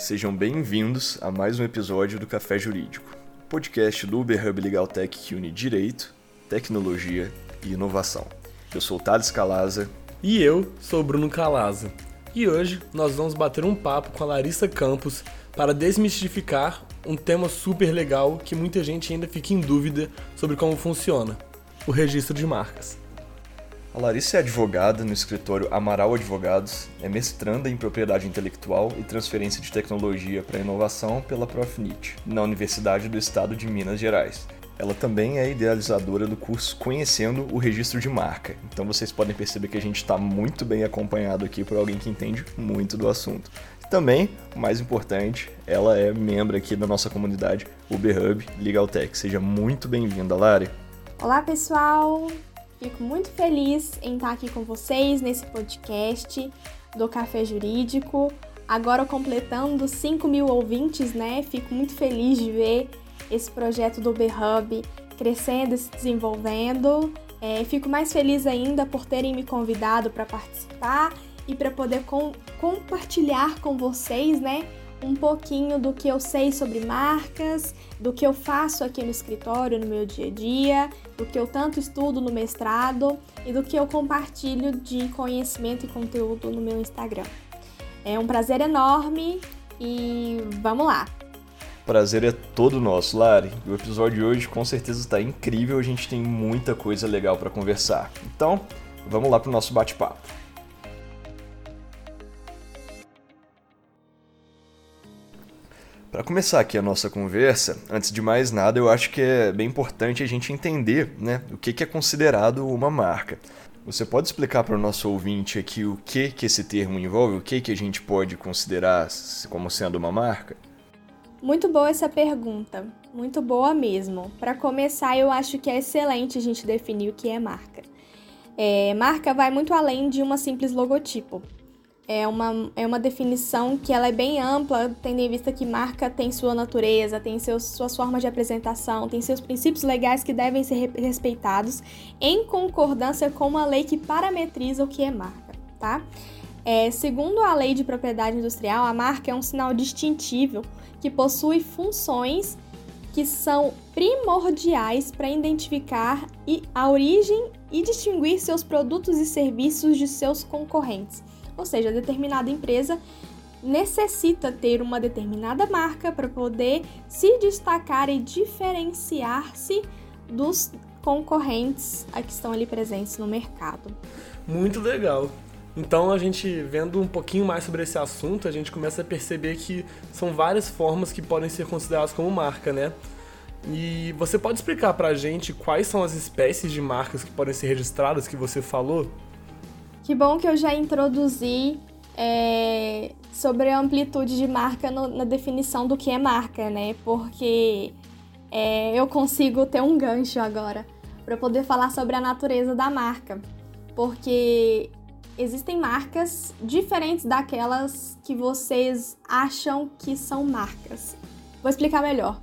sejam bem-vindos a mais um episódio do Café Jurídico, podcast do UberHub Legaltech que une direito, tecnologia e inovação. Eu sou o Thales Calaza. E eu sou o Bruno Calaza. E hoje nós vamos bater um papo com a Larissa Campos para desmistificar um tema super legal que muita gente ainda fica em dúvida sobre como funciona: o registro de marcas. A Larissa é advogada no escritório Amaral Advogados, é mestranda em Propriedade Intelectual e Transferência de Tecnologia para Inovação pela Profnit, na Universidade do Estado de Minas Gerais. Ela também é idealizadora do curso Conhecendo o Registro de Marca, então vocês podem perceber que a gente está muito bem acompanhado aqui por alguém que entende muito do assunto. E também, o mais importante, ela é membro aqui da nossa comunidade UberHub Legaltech. Seja muito bem-vinda, Lari. Olá, pessoal! Fico muito feliz em estar aqui com vocês nesse podcast do Café Jurídico. Agora completando 5.000 ouvintes, né? Fico muito feliz de ver esse projeto do UberHub crescendo e se desenvolvendo. Fico mais feliz ainda por terem me convidado para participar e para poder compartilhar com vocês, né? Um pouquinho do que eu sei sobre marcas, do que eu faço aqui no escritório, no meu dia a dia, do que eu tanto estudo no mestrado e do que eu compartilho de conhecimento e conteúdo no meu Instagram. É um prazer enorme e vamos lá! Prazer é todo nosso, Lari. O episódio de hoje com certeza está incrível, a gente tem muita coisa legal para conversar. Então, vamos lá para o nosso bate-papo. Para começar aqui a nossa conversa, antes de mais nada, eu acho que é bem importante a gente entender, né, o que é considerado uma marca. Você pode explicar para o nosso ouvinte aqui o que esse termo envolve, o que a gente pode considerar como sendo uma marca? Muito boa essa pergunta, muito boa mesmo. Para começar, eu acho que é excelente a gente definir o que é marca. Marca vai muito além de uma simples logotipo. É uma definição que ela é bem ampla, tendo em vista que marca tem sua natureza, tem suas formas de apresentação, tem seus princípios legais que devem ser respeitados em concordância com uma lei que parametriza o que é marca, tá? Segundo a Lei de Propriedade Industrial, a marca é um sinal distintivo que possui funções que são primordiais para identificar a origem e distinguir seus produtos e serviços de seus concorrentes. Ou seja, determinada empresa necessita ter uma determinada marca para poder se destacar e diferenciar-se dos concorrentes que estão ali presentes no mercado. Muito legal! Então, a gente vendo um pouquinho mais sobre esse assunto, a gente começa a perceber que são várias formas que podem ser consideradas como marca, né? E você pode explicar pra gente quais são as espécies de marcas que podem ser registradas que você falou? Que bom que eu já introduzi sobre a amplitude de marca na definição do que é marca, né? Porque eu consigo ter um gancho agora para poder falar sobre a natureza da marca. Porque existem marcas diferentes daquelas que vocês acham que são marcas. Vou explicar melhor.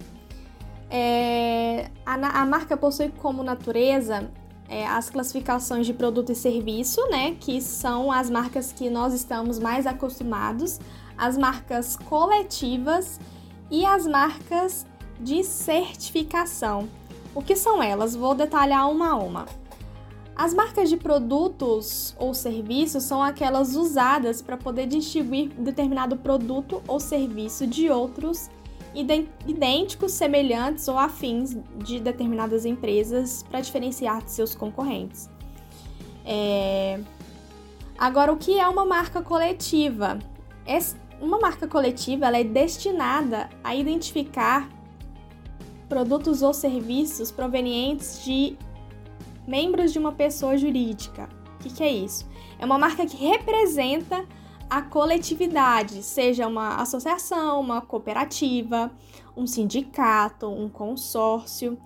A marca possui como natureza as classificações de produto e serviço, né, que são as marcas que nós estamos mais acostumados, as marcas coletivas e as marcas de certificação. O que são elas? Vou detalhar uma a uma. As marcas de produtos ou serviços são aquelas usadas para poder distinguir determinado produto ou serviço de outros idênticos, semelhantes ou afins de determinadas empresas para diferenciar de seus concorrentes. Agora, o que é uma marca coletiva? Uma marca coletiva ela é destinada a identificar produtos ou serviços provenientes de membros de uma pessoa jurídica. O que é isso? É uma marca que representa a coletividade, seja uma associação, uma cooperativa, um sindicato, um consórcio,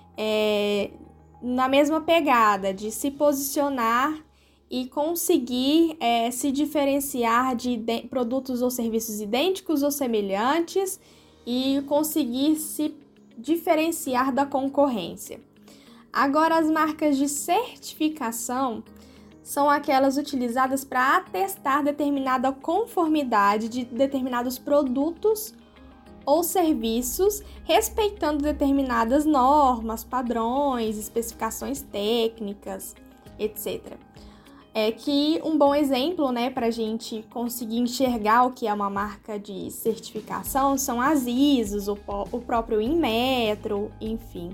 na mesma pegada de se posicionar e conseguir se diferenciar de produtos ou serviços idênticos ou semelhantes e conseguir se diferenciar da concorrência. Agora, as marcas de certificação são aquelas utilizadas para atestar determinada conformidade de determinados produtos ou serviços, respeitando determinadas normas, padrões, especificações técnicas, etc. É que um bom exemplo, né, para a gente conseguir enxergar o que é uma marca de certificação são as ISOs, o próprio Inmetro, enfim.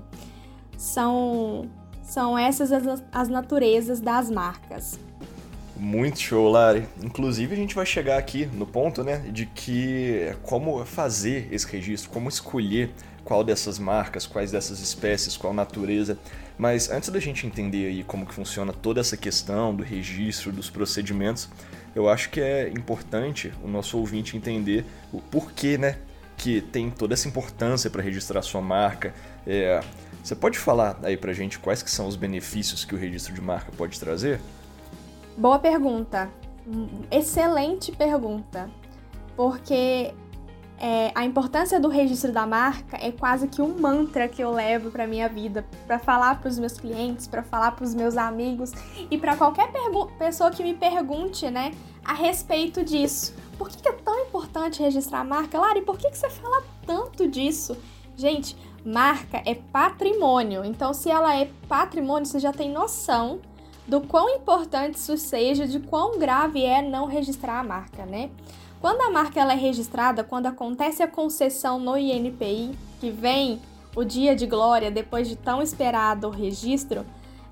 São essas as naturezas das marcas. Muito show, Lari. Inclusive, a gente vai chegar aqui no ponto, né, de que como fazer esse registro, como escolher qual dessas marcas, quais dessas espécies, qual natureza. Mas antes da gente entender aí como que funciona toda essa questão do registro, dos procedimentos, eu acho que é importante o nosso ouvinte entender o porquê, né, que tem toda essa importância para registrar sua marca. Você pode falar aí pra gente quais que são os benefícios que o registro de marca pode trazer? Boa pergunta. Excelente pergunta. Porque a importância do registro da marca é quase que um mantra que eu levo para minha vida, para falar para os meus clientes, para falar para os meus amigos e para qualquer pessoa que me pergunte, né, a respeito disso. Por que é tão importante registrar a marca? Lari, por que você fala tanto disso? Gente, marca é patrimônio. Então, se ela é patrimônio, você já tem noção do quão importante isso seja, de quão grave é não registrar a marca, né? Quando a marca ela é registrada, quando acontece a concessão no INPI, que vem o dia de glória depois de tão esperado registro,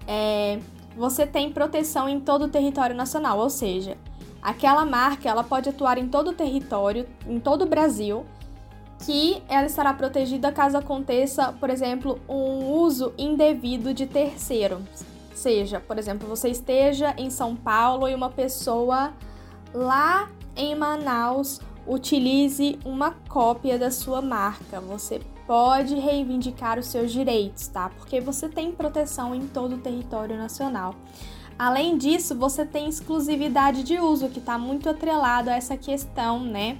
você tem proteção em todo o território nacional, ou seja, aquela marca ela pode atuar em todo o território, em todo o Brasil, que ela estará protegida caso aconteça, por exemplo, um uso indevido de terceiro. Seja, por exemplo, você esteja em São Paulo e uma pessoa lá em Manaus utilize uma cópia da sua marca. Você pode reivindicar os seus direitos, tá? Porque você tem proteção em todo o território nacional. Além disso, você tem exclusividade de uso, que está muito atrelado a essa questão, né?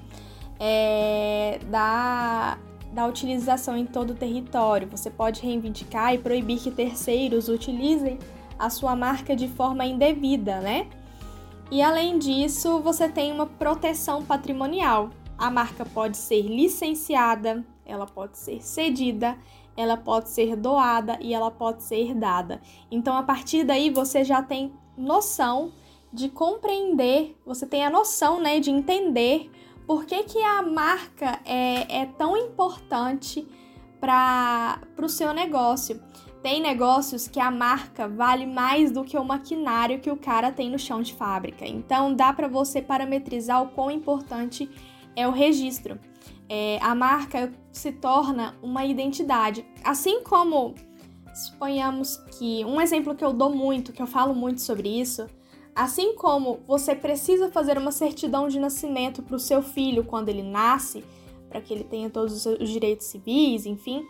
Da utilização em todo o território. Você pode reivindicar e proibir que terceiros utilizem a sua marca de forma indevida, né? E além disso, você tem uma proteção patrimonial. A marca pode ser licenciada, ela pode ser cedida, ela pode ser doada e ela pode ser herdada. Então, a partir daí, você já tem noção de compreender, você tem a noção, né, de entender por que a marca é tão importante para o seu negócio. Tem negócios que a marca vale mais do que o maquinário que o cara tem no chão de fábrica. Então, dá para você parametrizar o quão importante é o registro. A marca se torna uma identidade. Assim como, suponhamos que, um exemplo que eu dou muito, que eu falo muito sobre isso, assim como você precisa fazer uma certidão de nascimento para o seu filho quando ele nasce, para que ele tenha todos os direitos civis, enfim,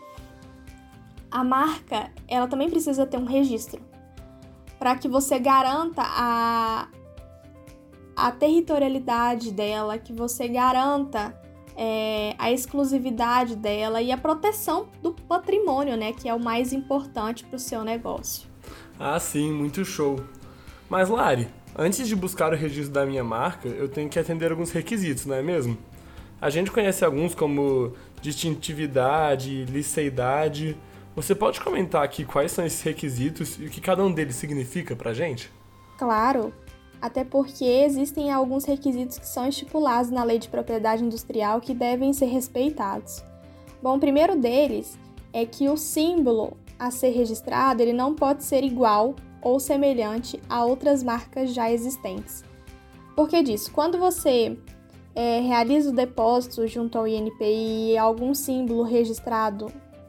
a marca, ela também precisa ter um registro para que você garanta a territorialidade dela, que você garanta a exclusividade dela e a proteção do patrimônio, né, que é o mais importante para o seu negócio. Ah, sim, muito show. Mas, Lari, antes de buscar o registro da minha marca, eu tenho que atender alguns requisitos, não é mesmo? A gente conhece alguns como distintividade, liceidade. Você pode comentar aqui quais são esses requisitos e o que cada um deles significa pra gente? Claro, até porque existem alguns requisitos que são estipulados na Lei de Propriedade Industrial que devem ser respeitados. Bom, o primeiro deles é que o símbolo a ser registrado ele não pode ser igual ou semelhante a outras marcas já existentes. Por que disso? Quando você realiza o depósito junto ao INPI e algum símbolo registrado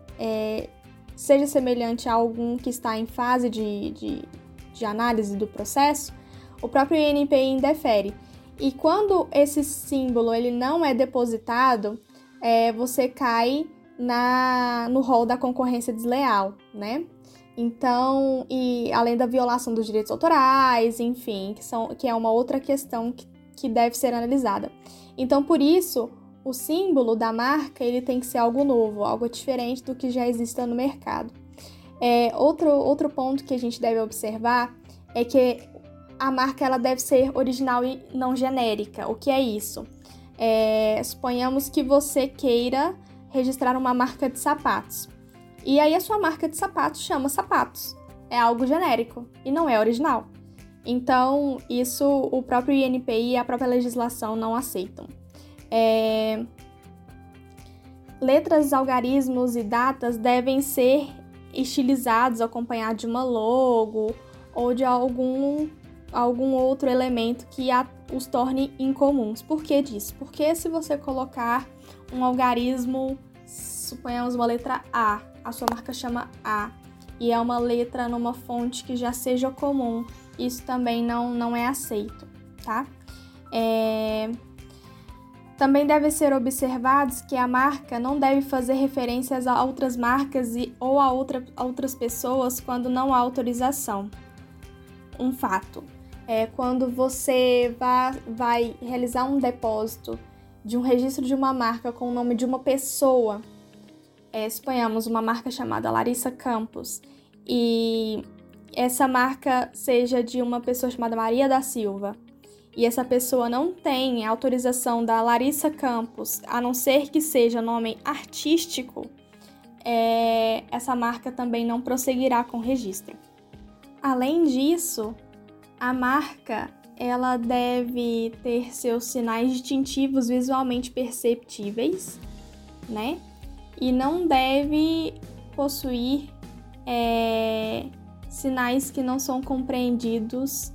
seja semelhante a algum que está em fase de análise do processo, o próprio INPI indefere. E quando esse símbolo ele não é depositado, você cai no rol da concorrência desleal, né? Então, e além da violação dos direitos autorais, enfim, que é uma outra questão que deve ser analisada. Então, por isso, o símbolo da marca ele tem que ser algo novo, algo diferente do que já exista no mercado. Outro ponto que a gente deve observar é que a marca ela deve ser original e não genérica. O que é isso? Suponhamos que você queira registrar uma marca de sapatos. E aí a sua marca de sapatos chama sapatos. É algo genérico e não é original. Então, isso o próprio INPI e a própria legislação não aceitam. Letras, algarismos e datas devem ser estilizados, acompanhados de uma logo ou de algum outro elemento que os torne incomuns. Por que disso? Porque se você colocar um algarismo, suponhamos uma letra A, a sua marca chama A, e é uma letra numa fonte que já seja comum, isso também não é aceito, tá? Também deve ser observado que a marca não deve fazer referências a outras marcas ou a outras pessoas quando não há autorização. Um fato quando você vai realizar um depósito de um registro de uma marca com o nome de uma pessoa, suponhamos uma marca chamada Larissa Campos, e essa marca seja de uma pessoa chamada Maria da Silva, e essa pessoa não tem autorização da Larissa Campos, a não ser que seja nome artístico, essa marca também não prosseguirá com o registro. Além disso, a marca ela deve ter seus sinais distintivos visualmente perceptíveis, né? E não deve possuir sinais que não são compreendidos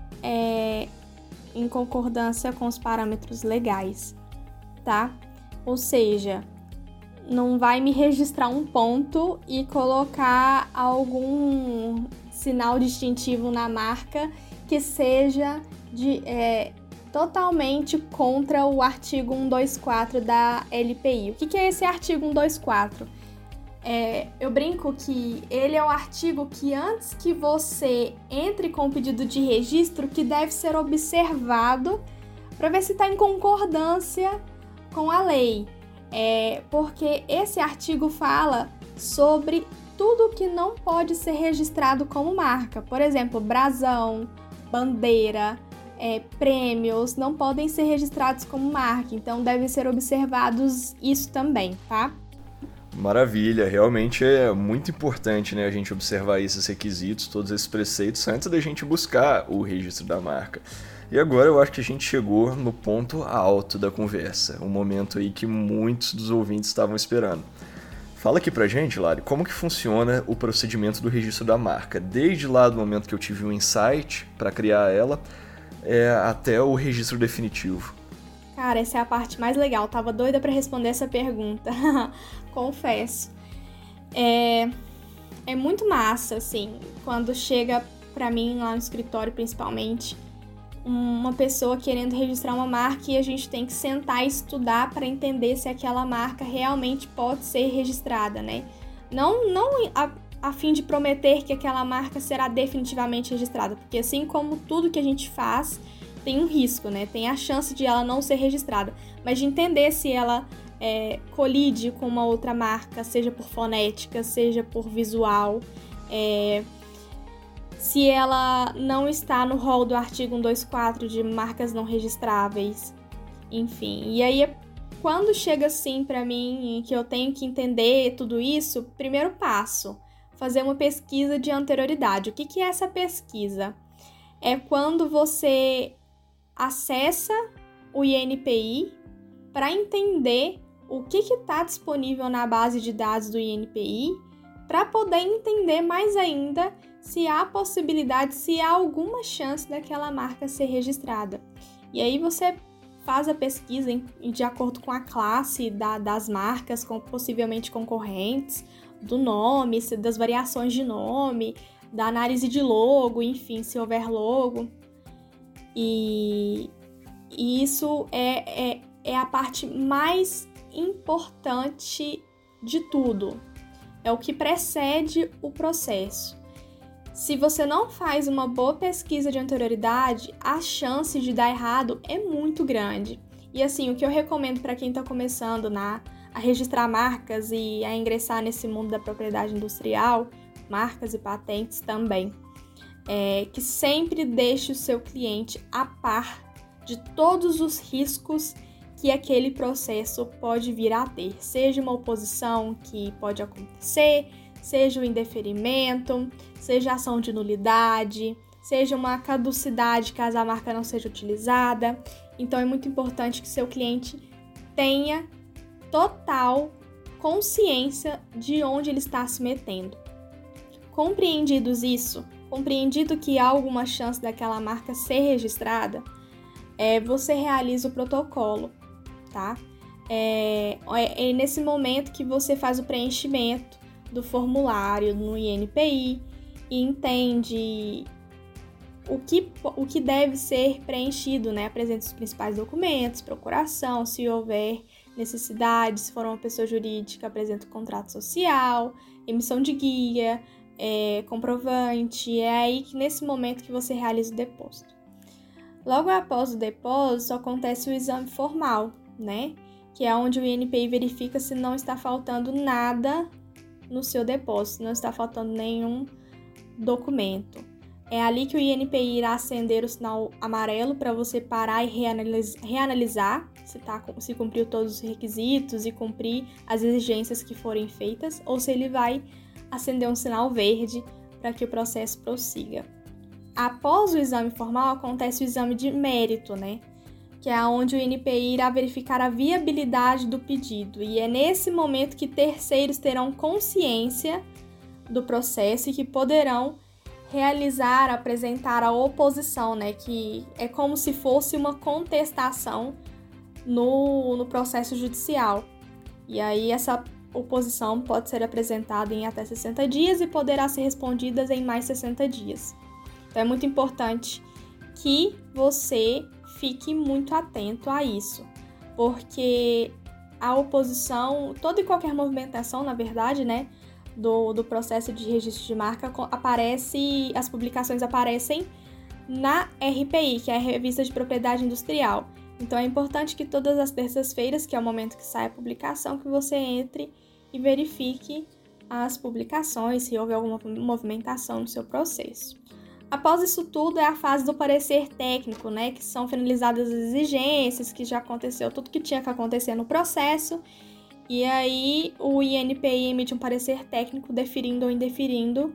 em concordância com os parâmetros legais, tá? Ou seja, não vai me registrar um ponto e colocar algum sinal distintivo na marca que seja totalmente contra o artigo 124 da LPI. O que é esse artigo 124? Eu brinco que ele é o artigo que antes que você entre com o pedido de registro, que deve ser observado para ver se está em concordância com a lei. Porque esse artigo fala sobre tudo que não pode ser registrado como marca. Por exemplo, brasão, bandeira, prêmios não podem ser registrados como marca. Então, devem ser observados isso também, tá? Maravilha, realmente é muito importante, né, a gente observar esses requisitos, todos esses preceitos, antes da gente buscar o registro da marca. E agora eu acho que a gente chegou no ponto alto da conversa, um momento aí que muitos dos ouvintes estavam esperando. Fala aqui pra gente, Lari, como que funciona o procedimento do registro da marca, desde lá do momento que eu tive um insight para criar ela, até o registro definitivo. Cara, essa é a parte mais legal, tava doida pra responder essa pergunta, confesso. É muito massa, assim, quando chega pra mim lá no escritório, principalmente, uma pessoa querendo registrar uma marca e a gente tem que sentar e estudar para entender se aquela marca realmente pode ser registrada, né? Não a fim de prometer que aquela marca será definitivamente registrada, porque assim como tudo que a gente faz, tem um risco, né? Tem a chance de ela não ser registrada, mas de entender se ela colide com uma outra marca, seja por fonética, seja por visual, se ela não está no rol do artigo 124 de marcas não registráveis, enfim. E aí, quando chega assim para mim, que eu tenho que entender tudo isso, primeiro passo, fazer uma pesquisa de anterioridade. O que é essa pesquisa? É quando você acessa o INPI para entender o que está disponível na base de dados do INPI, para poder entender mais ainda se há possibilidade, se há alguma chance daquela marca ser registrada. E aí você faz a pesquisa de acordo com a classe das marcas, possivelmente concorrentes, do nome, das variações de nome, da análise de logo, enfim, se houver logo. E isso é a parte mais importante de tudo. É o que precede o processo. Se você não faz uma boa pesquisa de anterioridade, a chance de dar errado é muito grande. E assim, o que eu recomendo para quem está começando a registrar marcas e a ingressar nesse mundo da propriedade industrial, marcas e patentes também, que sempre deixe o seu cliente a par de todos os riscos que aquele processo pode vir a ter, seja uma oposição que pode acontecer, seja o indeferimento, seja a ação de nulidade, seja uma caducidade caso a marca não seja utilizada. Então é muito importante que seu cliente tenha total consciência de onde ele está se metendo. Compreendido que há alguma chance daquela marca ser registrada, você realiza o protocolo, tá? É nesse momento que você faz o preenchimento do formulário no INPI e entende o que deve ser preenchido, né? Apresenta os principais documentos, procuração, se houver necessidade, se for uma pessoa jurídica, apresenta o contrato social, emissão de guia, comprovante. É aí que nesse momento que você realiza o depósito. Logo após o depósito, acontece o exame formal, né? Que é onde o INPI verifica se não está faltando nada no seu depósito, não está faltando nenhum documento. É ali que o INPI irá acender o sinal amarelo para você parar e reanalisar se cumpriu todos os requisitos e cumprir as exigências que forem feitas, ou se ele vai acender um sinal verde para que o processo prossiga. Após o exame formal, acontece o exame de mérito, né? Que é onde o INPI irá verificar a viabilidade do pedido. E é nesse momento que terceiros terão consciência do processo e que poderão apresentar a oposição, né? Que é como se fosse uma contestação no processo judicial. E aí essa oposição pode ser apresentada em até 60 dias e poderá ser respondida em mais 60 dias. Então é muito importante que você fique muito atento a isso, porque a oposição, toda e qualquer movimentação, na verdade, né, do processo de registro de marca, as publicações aparecem na RPI, que é a Revista de Propriedade Industrial. Então é importante que todas as terças-feiras, que é o momento que sai a publicação, que você entre e verifique as publicações, se houve alguma movimentação no seu processo. Após isso tudo, é a fase do parecer técnico, né? Que são finalizadas as exigências, que já aconteceu tudo que tinha que acontecer no processo. E aí, o INPI emite um parecer técnico deferindo ou indeferindo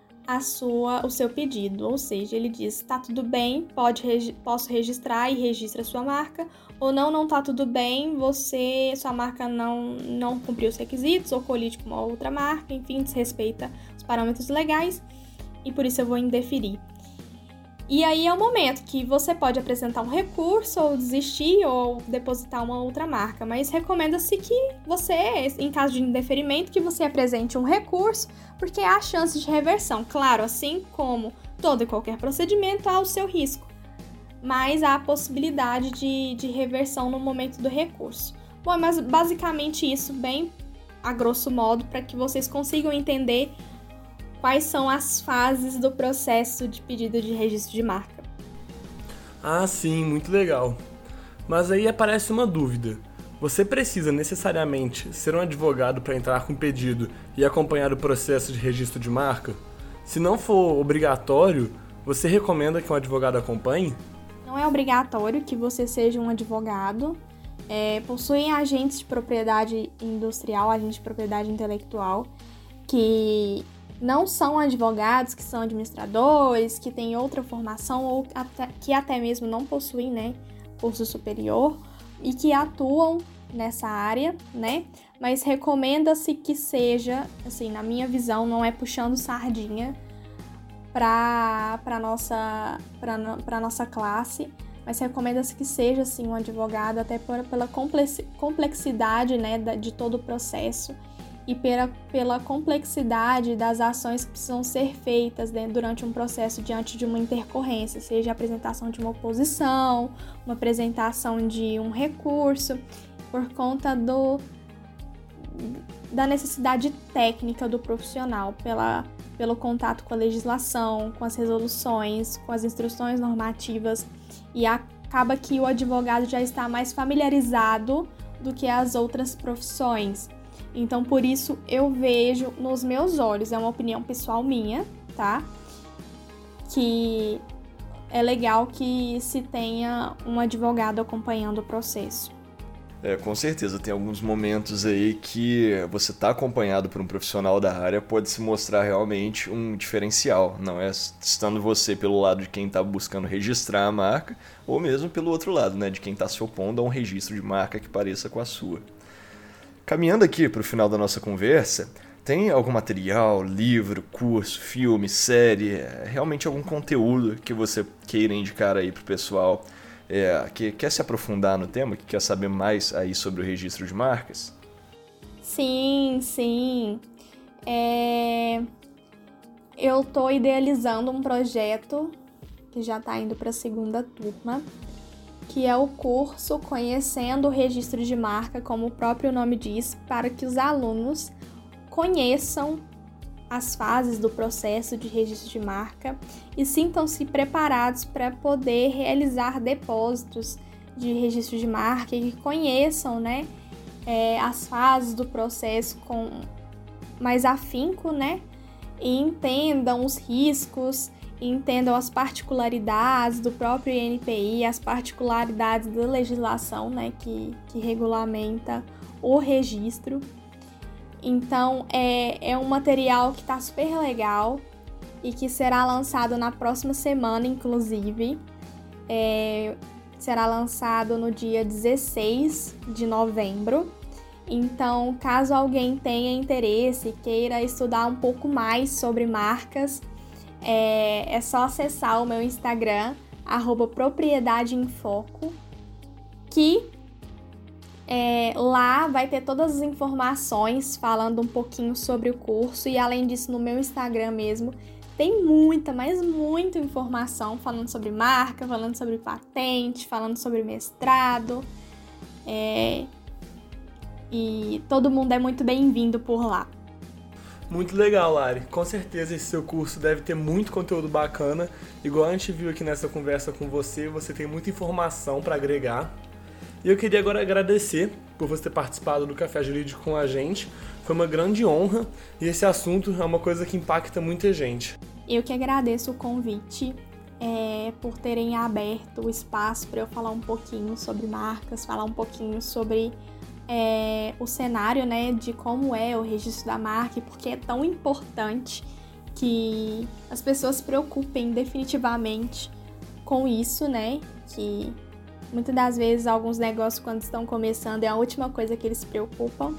o seu pedido. Ou seja, ele diz, tá tudo bem, posso registrar e registra a sua marca. Ou não tá tudo bem, sua marca não cumpriu os requisitos, ou colide com uma outra marca, enfim, desrespeita os parâmetros legais. E por isso eu vou indeferir. E aí é o momento que você pode apresentar um recurso, ou desistir, ou depositar uma outra marca. Mas recomenda-se que você, em caso de indeferimento, que você apresente um recurso, porque há chance de reversão. Claro, assim como todo e qualquer procedimento, há o seu risco. Mas há a possibilidade de reversão no momento do recurso. Bom, mas basicamente isso, bem a grosso modo, para que vocês consigam entender quais são as fases do processo de pedido de registro de marca. Ah, sim, muito legal. Mas aí aparece uma dúvida. Você precisa necessariamente ser um advogado para entrar com o pedido e acompanhar o processo de registro de marca? Se não for obrigatório, você recomenda que um advogado acompanhe? Não é obrigatório que você seja um advogado. Possuem agentes de propriedade industrial, agentes de propriedade intelectual, que não são advogados, que são administradores, que têm outra formação ou que até mesmo não possuem, né, curso superior e que atuam nessa área, né? Mas recomenda-se que seja, assim, na minha visão, não é puxando sardinha para nossa classe, mas recomenda-se que seja, assim, um advogado até pela complexidade, né, de todo o processo e pela complexidade das ações que precisam ser feitas, né, durante um processo diante de uma intercorrência, seja a apresentação de uma oposição, uma apresentação de um recurso, por conta da necessidade técnica do profissional, pelo contato com a legislação, com as resoluções, com as instruções normativas, e acaba que o advogado já está mais familiarizado do que as outras profissões. Então, por isso, eu vejo nos meus olhos, é uma opinião pessoal minha, tá? que é legal que se tenha um advogado acompanhando o processo. Com certeza, tem alguns momentos aí que você tá acompanhado por um profissional da área pode se mostrar realmente um diferencial, não é estando você pelo lado de quem está buscando registrar a marca, ou mesmo pelo outro lado, né, de quem está se opondo a um registro de marca que pareça com a sua. Caminhando aqui para o final da nossa conversa, tem algum material, livro, curso, filme, série, realmente algum conteúdo que você queira indicar aí pro pessoal que quer se aprofundar no tema, que quer saber mais aí sobre o registro de marcas? Sim. Eu estou idealizando um projeto que já está indo para a segunda turma, que é o curso Conhecendo o Registro de Marca, como o próprio nome diz, para que os alunos conheçam as fases do processo de registro de marca e sintam-se preparados para poder realizar depósitos de registro de marca e que conheçam, né, as fases do processo com mais afinco, né, e entendam os riscos, entendam as particularidades do próprio INPI, as particularidades da legislação, né, que regulamenta o registro. Então, é um material que está super legal e que será lançado na próxima semana, inclusive. Será lançado no dia 16 de novembro. Então, caso alguém tenha interesse e queira estudar um pouco mais sobre marcas, é só acessar o meu Instagram, @propriedadeinfoco, que lá vai ter todas as informações falando um pouquinho sobre o curso e, além disso, no meu Instagram mesmo tem muita, mas muita informação falando sobre marca, falando sobre patente, falando sobre mestrado, e todo mundo é muito bem-vindo por lá. Muito legal, Lari. Com certeza esse seu curso deve ter muito conteúdo bacana. Igual a gente viu aqui nessa conversa com você, você tem muita informação para agregar. E eu queria agora agradecer por você ter participado do Café Jurídico com a gente. Foi uma grande honra e esse assunto é uma coisa que impacta muita gente. Eu que agradeço o convite, por terem aberto o espaço para eu falar um pouquinho sobre marcas, falar um pouquinho sobre o cenário, né, de como é o registro da marca e porque é tão importante que as pessoas se preocupem definitivamente com isso, né, que muitas das vezes alguns negócios quando estão começando é a última coisa que eles se preocupam.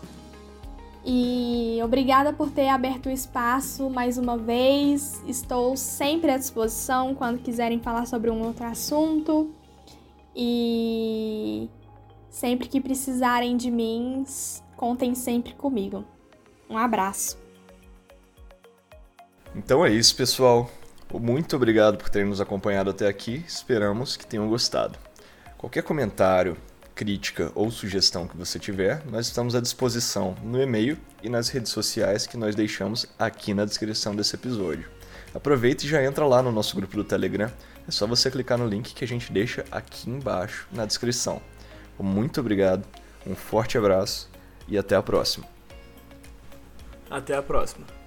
E obrigada por ter aberto o espaço mais uma vez. Estou sempre à disposição quando quiserem falar sobre um outro assunto. E sempre que precisarem de mim, contem sempre comigo. Um abraço. Então é isso, pessoal. Muito obrigado por terem nos acompanhado até aqui. Esperamos que tenham gostado. Qualquer comentário, crítica ou sugestão que você tiver, nós estamos à disposição no e-mail e nas redes sociais que nós deixamos aqui na descrição desse episódio. Aproveita e já entra lá no nosso grupo do Telegram. É só você clicar no link que a gente deixa aqui embaixo na descrição. Muito obrigado, um forte abraço e até a próxima. Até a próxima.